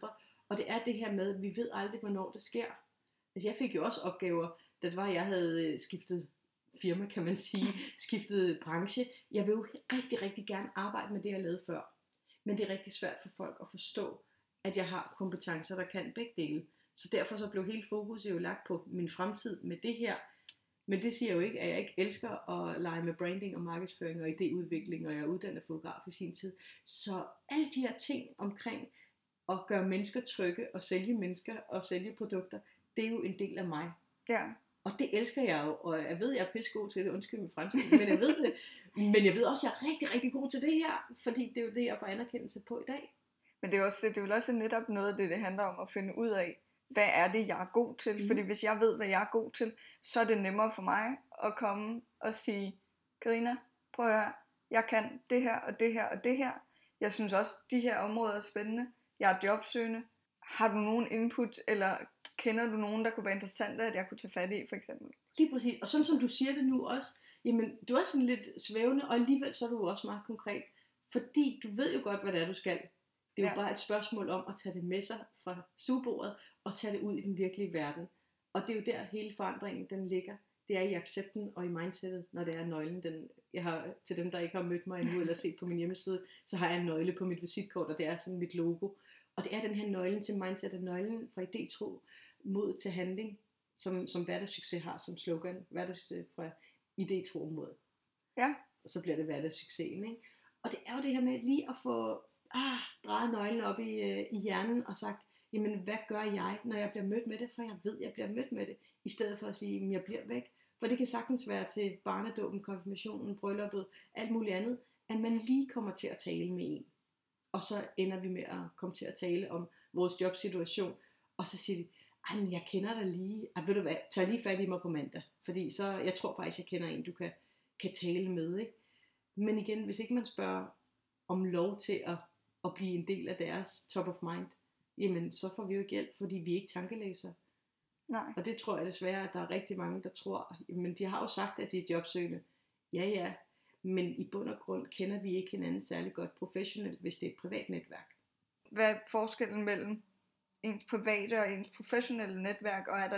B: Og det er det her med, vi ved aldrig, hvornår det sker. Altså jeg fik jo også opgaver, da det var, jeg havde skiftet firma, kan man sige, skiftet branche. Jeg vil jo rigtig, rigtig gerne arbejde med det, jeg lavede før. Men det er rigtig svært for folk at forstå, at jeg har kompetencer, der kan begge dele. Så derfor så blev hele fokuset jo lagt på min fremtid med det her. Men det siger jo ikke, at jeg ikke elsker at lege med branding og markedsføring og idéudvikling, og jeg er uddannet fotograf i sin tid. Så alle de her ting omkring at gøre mennesker trygge og sælge mennesker og sælge produkter, det er jo en del af mig.
A: Ja.
B: Og det elsker jeg jo, og jeg ved, jeg er pissegod til det, undskyld min fransk, men jeg ved det. Men jeg ved også, at jeg er rigtig, rigtig god til det her, fordi det er jo det, jeg får anerkendelse på i dag.
A: Men det er jo også netop noget af det handler om at finde ud af, hvad er det, jeg er god til? Fordi hvis jeg ved, hvad jeg er god til, så er det nemmere for mig at komme og sige, Karina, prøv at høre, jeg kan det her og det her og det her. Jeg synes også, de her områder er spændende. Jeg er jobsøgende. Har du nogen input, eller kender du nogen, der kunne være interessante, at jeg kunne tage fat i, for eksempel?
B: Lige præcis. Og sådan som du siger det nu også, jamen, du er sådan lidt svævende, og alligevel så er du også meget konkret. Fordi du ved jo godt, hvad det er, du skal. Det er jo bare et spørgsmål om at tage det med sig fra stuebordet, og tage det ud i den virkelige verden. Og det er jo der, hele forandringen, den ligger. Det er i accepten og i mindsetet, når det er nøglen. Jeg har, til dem, der ikke har mødt mig endnu, eller set på min hjemmeside, så har jeg en nøgle på mit visitkort, og det er sådan mit logo. Og det er den her nøglen til mindsetet, nøglen fra idétro, mod til handling, som hverdagssucces har som slogan. Hverdagssucces fra idétro mod.
A: Ja.
B: Og så bliver det hverdagssuccesen, ikke? Og det er jo det her med lige at få drejet nøglen op i hjernen og sagt, jamen hvad gør jeg, når jeg bliver mødt med det, for jeg ved, jeg bliver mødt med det, i stedet for at sige, jamen jeg bliver væk. For det kan sagtens være til barnedåben, konfirmationen, brylluppet, alt muligt andet, at man lige kommer til at tale med en. Og så ender vi med at komme til at tale om vores jobsituation, og så siger de, men jeg kender dig lige, ved du hvad, tag lige fat i mig på mandag, fordi så, jeg tror faktisk, jeg kender en, du kan tale med, ikke? Men igen, hvis ikke man spørger om lov til at blive en del af deres top of mind, jamen så får vi jo ikke hjælp, fordi vi er ikke tankelæser.
A: Nej.
B: Og det tror jeg desværre, at der er rigtig mange, der tror, men de har jo sagt, at de er jobsøgende. Ja, men i bund og grund kender vi ikke hinanden særlig godt professionelt, hvis det er et privat netværk.
A: Hvad er forskellen mellem ens private og ens professionelle netværk, og er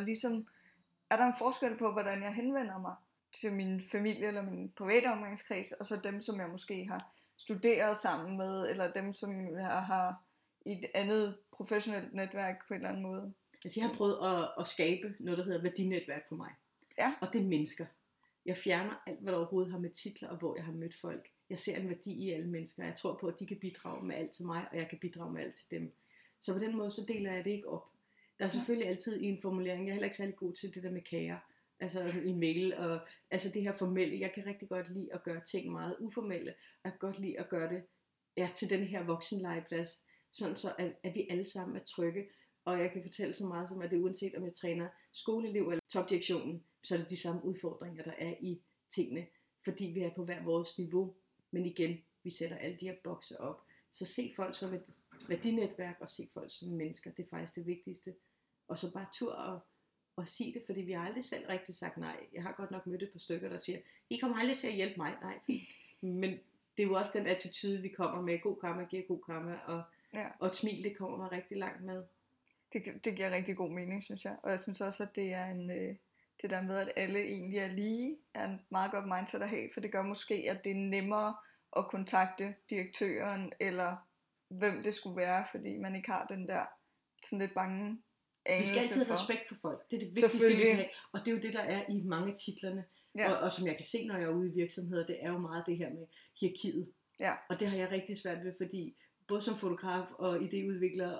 A: der en forskel på, hvordan jeg henvender mig til min familie eller min private omgangskreds, og så dem, som jeg måske har studeret sammen med, eller dem, som jeg har i et andet professionelt netværk på en eller anden måde?
B: Altså jeg har prøvet at skabe noget, der hedder værdinetværk for mig.
A: Ja.
B: Og det er mennesker. Jeg fjerner alt, hvad der overhovedet har med titler, og hvor jeg har mødt folk. Jeg ser en værdi i alle mennesker. Jeg tror på, at de kan bidrage med alt til mig, og jeg kan bidrage med alt til dem. Så på den måde, så deler jeg det ikke op. Der er selvfølgelig altid i en formulering, jeg er heller ikke særlig god til det der med kager, altså i mail, og altså det her formelle. Jeg kan rigtig godt lide at gøre ting meget uformelle, og jeg kan godt lide at gøre det til den her voksenlegeplads, sådan så at vi alle sammen er trygge. Og jeg kan fortælle så meget som, at det uanset om jeg træner skoleelever eller topdirektionen, så er det de samme udfordringer, der er i tingene, fordi vi er på hver vores niveau. Men igen, vi sætter alle de her bokse op. Så se folk som et værdinetværk, og se folk som mennesker, det er faktisk det vigtigste. Og så bare tur og sige det, fordi vi har aldrig selv rigtig sagt nej. Jeg har godt nok mødt et par stykker, der siger, I kommer aldrig til at hjælpe mig. Nej, fint. Men det er jo også den attitude, vi kommer med. God karma giver god karma, og et smil, det kommer mig rigtig langt med.
A: Det giver rigtig god mening, synes jeg. Og jeg synes også, at det er det der med, at alle egentlig er lige, er en meget godt mindset at have, for det gør måske, at det er nemmere at kontakte direktøren, eller hvem det skulle være, fordi man ikke har den der sådan lidt bange anelse.
B: Vi skal altid have respekt for folk. Det er det vigtigste, vi kan have. Og det er jo det, der er i mange titlerne. Ja. Og som jeg kan se, når jeg er ude i virksomheder, det er jo meget det her med hierarkiet.
A: Ja.
B: Og det har jeg rigtig svært ved, fordi både som fotograf og idéudvikler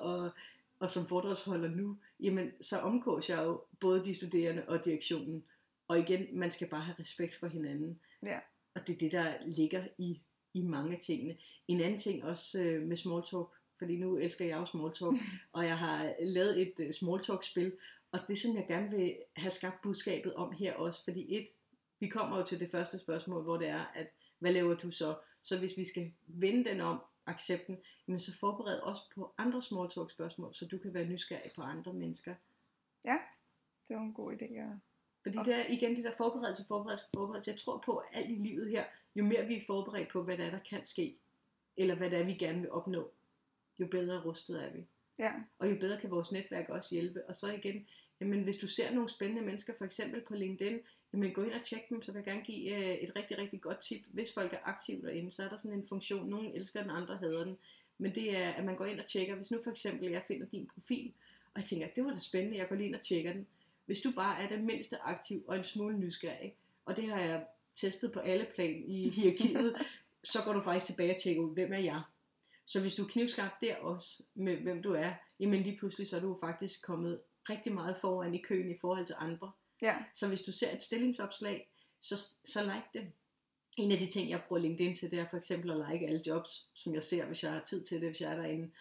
B: og som foredragsholder nu, jamen så omgås jeg jo både de studerende og direktionen. Og igen, man skal bare have respekt for hinanden.
A: Ja.
B: Og det er det, der ligger i mange af tingene. En anden ting også med small talk, fordi nu elsker jeg jo small talk, og jeg har lavet et small talk spil, og det som jeg gerne vil have skabt budskabet om her også, fordi vi kommer jo til det første spørgsmål, hvor det er, at hvad laver du så? Så hvis vi skal vende den om, accepten, men så forbered også på andre small talk spørgsmål, så du kan være nysgerrig på andre mennesker.
A: Ja, det er en god idé. Ja.
B: Fordi det er igen det der forberedelse. Jeg tror på, at alt i livet her, jo mere vi er forberedt på, hvad der kan ske, eller hvad det er, vi gerne vil opnå, jo bedre rustet er vi.
A: Ja.
B: Og jo bedre kan vores netværk også hjælpe. Og så igen, jamen hvis du ser nogle spændende mennesker, for eksempel på LinkedIn, jamen gå ind og tjek dem, så vil jeg gerne give et rigtig, rigtig godt tip. Hvis folk er aktive derinde, så er der sådan en funktion, nogen elsker den, andre hader den. Men det er, at man går ind og tjekker, hvis nu for eksempel jeg finder din profil, og jeg tænker, det var da spændende, jeg går lige ind og tjekker den. Hvis du bare er det mindste aktiv og en smule nysgerrig, og det har jeg testet på alle plan i hierarkiet, så går du faktisk tilbage og tjekker ud, hvem er jeg? Så hvis du er knivskarp der også, med hvem du er, jamen lige pludselig, så er du faktisk kommet rigtig meget foran i køen i forhold til andre.
A: Ja.
B: Så hvis du ser et stillingsopslag, så like det. En af de ting, jeg bruger LinkedIn til, det er for eksempel at like alle jobs, som jeg ser, hvis jeg har tid til det, hvis jeg er derinde,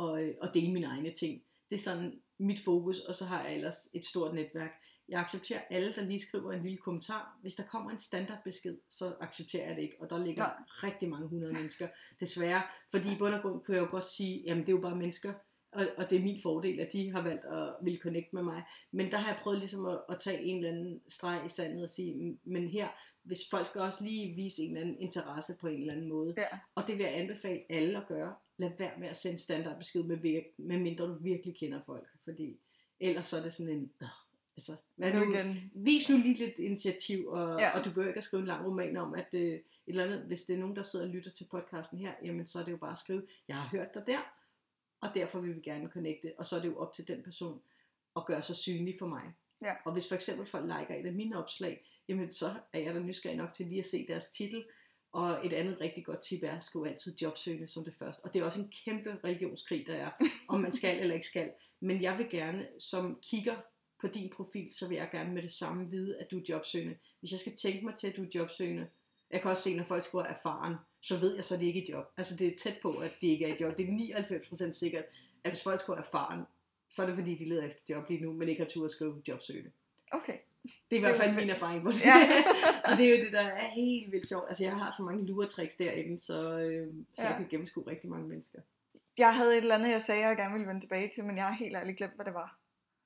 B: og dele mine egne ting. Det er sådan mit fokus, og så har jeg ellers et stort netværk. Jeg accepterer alle, der lige skriver en lille kommentar. Hvis der kommer en standardbesked, så accepterer jeg det ikke, og der ligger rigtig mange 100 mennesker, desværre. Fordi i bund og grund kunne jeg jo godt sige, jamen det er jo bare mennesker, og det er min fordel, at de har valgt at ville connecte med mig. Men der har jeg prøvet ligesom at tage en eller anden streg i sandet og sige, men her, hvis folk skal også lige vise en eller anden interesse på en eller anden måde.
A: Ja.
B: Og det vil jeg anbefale alle at gøre. Lad være med at sende standardbesked, med mindre du virkelig kender folk. Fordi ellers så er det sådan en... Altså, vis nu lige lidt initiativ, og du behøver ikke at skrive en lang roman om, at et eller andet, hvis det er nogen, der sidder og lytter til podcasten her, jamen så er det jo bare at skrive, jeg har hørt dig der, og derfor vil vi gerne connecte, og så er det jo op til den person at gøre sig synlig for mig.
A: Ja.
B: Og hvis for eksempel folk liker et af mine opslag, jamen så er jeg da nysgerrig nok til lige at se deres titel, og et andet rigtig godt tip er at skrive altid jobsøgende som det første. Og det er også en kæmpe religionskrig, der er, om man skal eller ikke skal. Men jeg vil gerne, som kigger på din profil, så vil jeg gerne med det samme vide, at du er jobsøgende. Hvis jeg skal tænke mig til, at du er jobsøgende, jeg kan også se, når folk skriver erfaren, så ved jeg så, at de ikke er i job. Altså det er tæt på, at de ikke er i job. Det er 99% sikkert, at hvis folk skriver erfaren, så er det fordi, de leder efter job lige nu, men ikke har tur at skrive jobsøgende.
A: Okay.
B: Det er i hvert fald min erfaring på det.
A: Ja.
B: Og det er jo det, der er helt vildt sjovt. Altså jeg har så mange luretricks derinde, så jeg kan gennemskue rigtig mange mennesker.
A: Jeg havde et eller andet, jeg sagde, jeg gerne ville vende tilbage til, men jeg har helt ærligt glemt, hvad det var.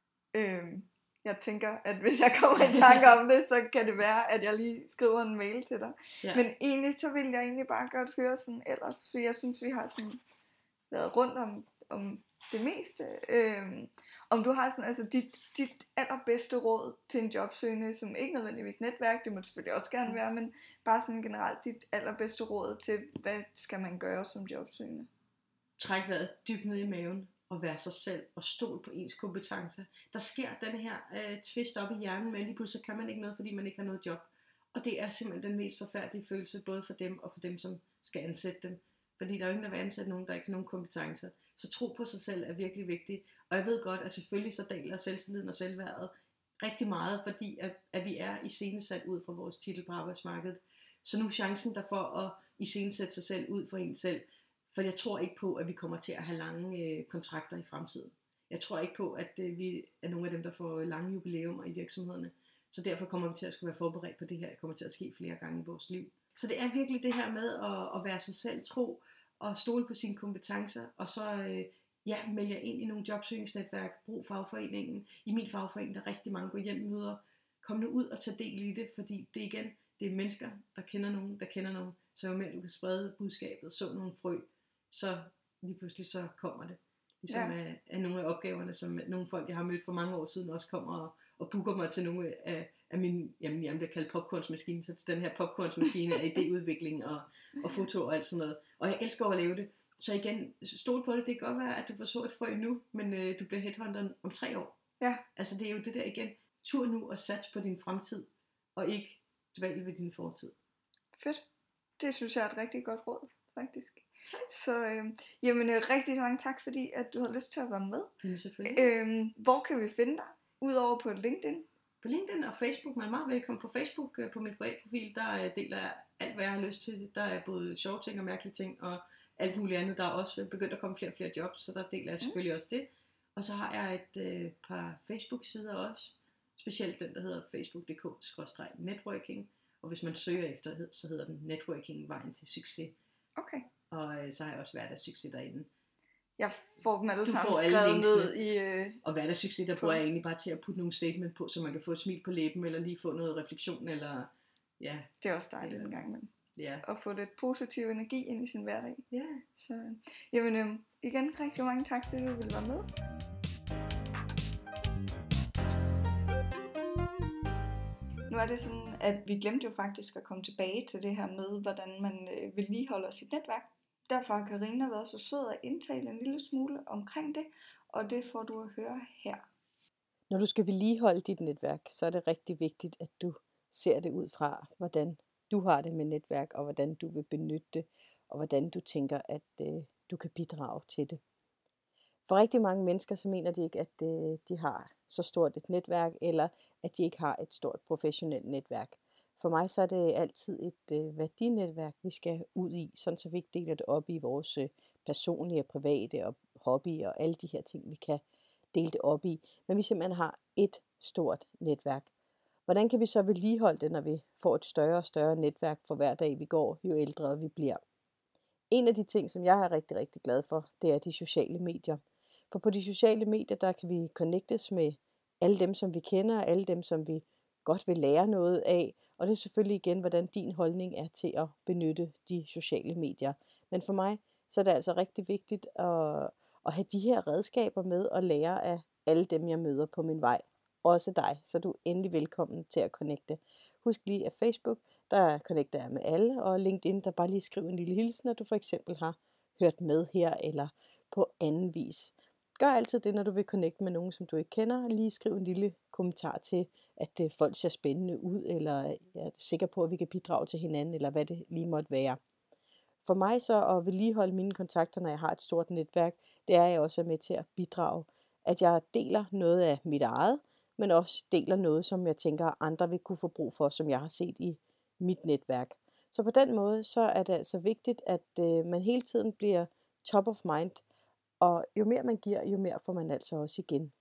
A: Jeg tænker, at hvis jeg kommer i tanke om det, så kan det være, at jeg lige skriver en mail til dig. Ja. Men egentlig, så vil jeg egentlig bare godt høre sådan ellers, for jeg synes, vi har sådan været rundt om det meste. Om du har sådan, altså dit allerbedste råd til en jobsøgende, som ikke nødvendigvis netværk, det må selvfølgelig også gerne være, men bare sådan generelt dit allerbedste råd til, hvad skal man gøre som jobsøgende?
B: Træk vejret dybt ned i maven og være sig selv og stol på ens kompetencer. Der sker den her twist op i hjernen, men lige pludselig kan man ikke noget, fordi man ikke har noget job. Og det er simpelthen den mest forfærdelige følelse, både for dem og for dem, som skal ansætte dem. Fordi der er jo ingen, der vil ansætte nogen, der ikke har nogen kompetencer. Så tro på sig selv er virkelig vigtigt. Og jeg ved godt, at selvfølgelig så daler selvtilliden og selvværdet rigtig meget, fordi at vi er iscenesat ud fra vores titel på arbejdsmarkedet. Så nu er chancen der for at iscenesætte sig selv ud for en selv. For jeg tror ikke på, at vi kommer til at have lange kontrakter i fremtiden. Jeg tror ikke på, at vi er nogle af dem, der får lange jubilæumer i virksomhederne. Så derfor kommer vi til at skulle være forberedt på det her. Det kommer til at ske flere gange i vores liv. Så det er virkelig det her med at være sig selv tro og stole på sine kompetencer. Og så melde jer ind i nogle jobsøgningsnetværk. Brug fagforeningen. I min fagforening der er rigtig mange gå hjem møder. Kom nu ud og tage del i det, fordi det igen, det er mennesker, der kender nogen. Så jo mere du kan sprede budskabet, så nogle frø, så lige pludselig så kommer det. Ligesom af nogle af opgaverne, som nogle folk, jeg har mødt for mange år siden, også kommer og booker mig til nogle af mine, jamen jeg bliver kaldt popcornsmaskine, så til den her popcornsmaskine af idéudvikling og foto og alt sådan noget. Og jeg elsker at lave det. Så igen, stol på det. Det kan godt være, at du får så et frø nu, men du bliver headhunter om 3 år.
A: Ja.
B: Altså det er jo det der igen. Tur nu og sats på din fremtid, og ikke dvæl ved din fortid.
A: Fedt. Det synes jeg er et rigtig godt råd, faktisk. Så rigtig mange tak, fordi at du havde lyst til at være med.
B: Ja, selvfølgelig.
A: Hvor kan vi finde dig? Udover på LinkedIn?
B: På LinkedIn og Facebook. Man er meget velkommen på Facebook. På mit privatprofil, der deler jeg alt, hvad jeg har lyst til. Der er både sjove ting og mærkelige ting, og alt muligt andet. Der er også begyndt at komme flere og flere jobs, så der deler jeg selvfølgelig også det. Og så har jeg et par Facebook-sider også. Specielt den, der hedder facebook.dk/networking. Og hvis man søger efter, så hedder den Networking Vejen til Succes.
A: Okay.
B: Og så har jeg også hverdagssucces derinde.
A: Jeg får dem alle sammen skrevet ned i...
B: Og hverdagssucces, der bruger jeg egentlig bare til at putte nogle statement på, så man kan få et smil på læben, eller lige få noget refleksion, eller ja.
A: Det er også dejligt en gang imellem.
B: Ja.
A: og få lidt positiv energi ind i sin hverdag.
B: Ja.
A: Så jamen, igen rigtig mange tak, fordi du ville være med. Nu er det sådan, at vi glemte jo faktisk at komme tilbage til det her med, hvordan man vedligeholder sit netværk. Derfor har Karina været så sød at indtale en lille smule omkring det, og det får du at høre her.
C: Når du skal vedligeholde dit netværk, så er det rigtig vigtigt, at du ser det ud fra, hvordan du har det med netværk, og hvordan du vil benytte det, og hvordan du tænker, at du kan bidrage til det. For rigtig mange mennesker, så mener de ikke, at de har så stort et netværk, eller at de ikke har et stort professionelt netværk. For mig så er det altid et værdinetværk, vi skal ud i, sådan så vi ikke deler det op i vores personlige og private og hobby og alle de her ting, vi kan dele det op i. Men vi simpelthen har et stort netværk. Hvordan kan vi så vedligeholde det, når vi får et større og større netværk for hver dag vi går, jo ældre vi bliver? En af de ting, som jeg er rigtig, rigtig glad for, det er de sociale medier. For på de sociale medier, der kan vi connectes med alle dem, som vi kender, alle dem, som vi godt vil lære noget af. Og det er selvfølgelig igen, hvordan din holdning er til at benytte de sociale medier. Men for mig, så er det altså rigtig vigtigt at have de her redskaber med og lære af alle dem, jeg møder på min vej. Også dig, så du er endelig velkommen til at connecte. Husk lige, at Facebook, der connecter jeg med alle, og LinkedIn, der bare lige skriv en lille hilsen, når du for eksempel har hørt med her, eller på anden vis. Gør altid det, når du vil connecte med nogen, som du ikke kender. Lige skriv en lille kommentar til, at folk ser spændende ud, eller jeg er sikker på, at vi kan bidrage til hinanden, eller hvad det lige måtte være. For mig så at vedligeholde mine kontakter, når jeg har et stort netværk, det er, at jeg også er med til at bidrage. At jeg deler noget af mit eget, men også deler noget, som jeg tænker, andre vil kunne få brug for, som jeg har set i mit netværk. Så på den måde, så er det altså vigtigt, at man hele tiden bliver top of mind, og jo mere man giver, jo mere får man altså også igen.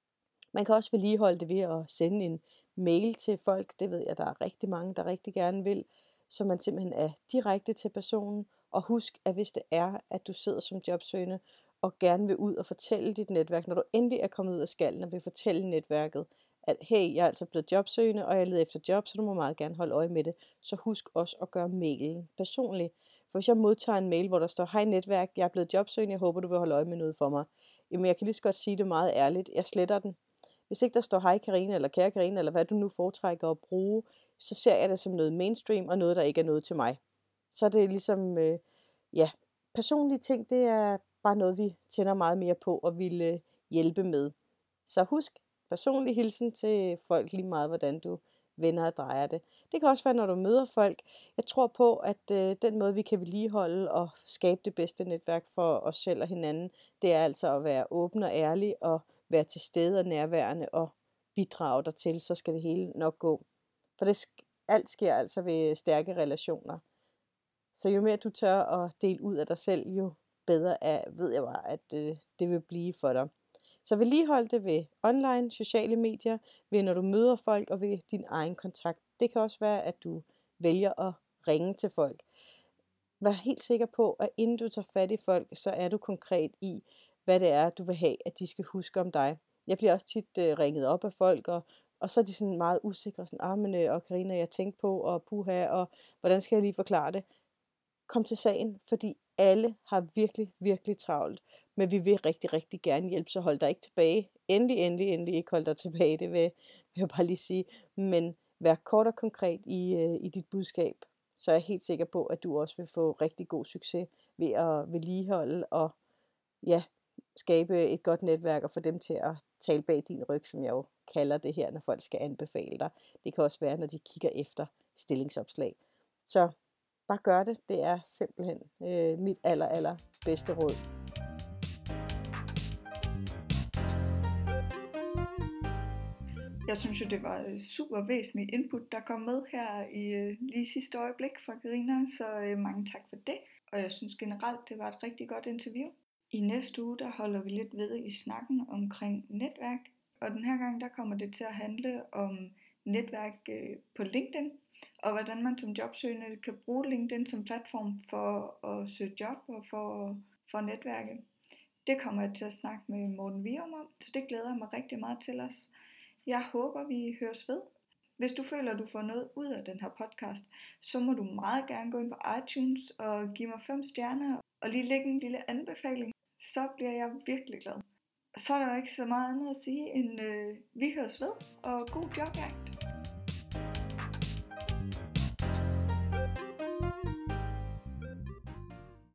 C: Man kan også vedligeholde det ved at sende en mail til folk. Det ved jeg, der er rigtig mange, der rigtig gerne vil. Så man simpelthen er direkte til personen. Og husk, at hvis det er, at du sidder som jobsøgende og gerne vil ud og fortælle dit netværk, når du endelig er kommet ud af skallen og vil fortælle netværket, at hey, jeg er altså blevet jobsøgende, og jeg leder efter job, så du må meget gerne holde øje med det. Så husk også at gøre mailen personlig. For hvis jeg modtager en mail, hvor der står, hej netværk, jeg er blevet jobsøgende, jeg håber, du vil holde øje med noget for mig. Jamen, jeg kan lige så godt sige det meget ærligt. Jeg sletter den. Hvis ikke der står hej Karina, eller kære Karina, eller hvad du nu foretrækker at bruge, så ser jeg det som noget mainstream, og noget, der ikke er noget til mig. Så er det ligesom, personlige ting, det er bare noget, vi tænder meget mere på, og vil hjælpe med. Så husk, personlig hilsen til folk lige meget, hvordan du vender og drejer det. Det kan også være, når du møder folk. Jeg tror på, at den måde, vi kan vedligeholde og skabe det bedste netværk for os selv og hinanden, det er altså at være åben og ærlig og være til stede og nærværende og bidrage dertil, så skal det hele nok gå. For alt sker altså ved stærke relationer. Så jo mere du tør at dele ud af dig selv, jo bedre ved jeg bare, at det vil blive for dig. Så vedligehold det ved online, sociale medier, ved når du møder folk og ved din egen kontakt. Det kan også være, at du vælger at ringe til folk. Vær helt sikker på, at inden du tager fat i folk, så er du konkret i, hvad det er, du vil have, at de skal huske om dig. Jeg bliver også tit ringet op af folk, og så er de sådan meget usikre, sådan, og Karina, jeg tænkte på, og puha, og hvordan skal jeg lige forklare det? Kom til sagen, fordi alle har virkelig, virkelig travlt, men vi vil rigtig, rigtig gerne hjælpe, så hold dig ikke tilbage. Endelig ikke hold dig tilbage, det vil jeg bare lige sige, men vær kort og konkret i dit budskab, så er jeg helt sikker på, at du også vil få rigtig god succes ved at vedligeholde og skabe et godt netværk og få dem til at tale bag din ryg, som jeg jo kalder det her, når folk skal anbefale dig. Det kan også være, når de kigger efter stillingsopslag. Så bare gør det. Det er simpelthen mit aller bedste råd.
A: Jeg synes jo, det var super væsentligt input, der kom med her i lige sidste øjeblik fra Karina, så mange tak for det. Og jeg synes generelt, det var et rigtig godt interview. I næste uge, der holder vi lidt ved i snakken omkring netværk, og den her gang, der kommer det til at handle om netværk på LinkedIn, og hvordan man som jobsøgende kan bruge LinkedIn som platform for at søge job og for netværket. Det kommer jeg til at snakke med Morten Vium om, så det glæder jeg mig rigtig meget til os. Jeg håber, vi høres ved. Hvis du føler, at du får noget ud af den her podcast, så må du meget gerne gå ind på iTunes og give mig 5 stjerner og lige lægge en lille anbefaling. Så bliver jeg virkelig glad. Så er der ikke så meget andet at sige end vi høres ved, og god jobgang.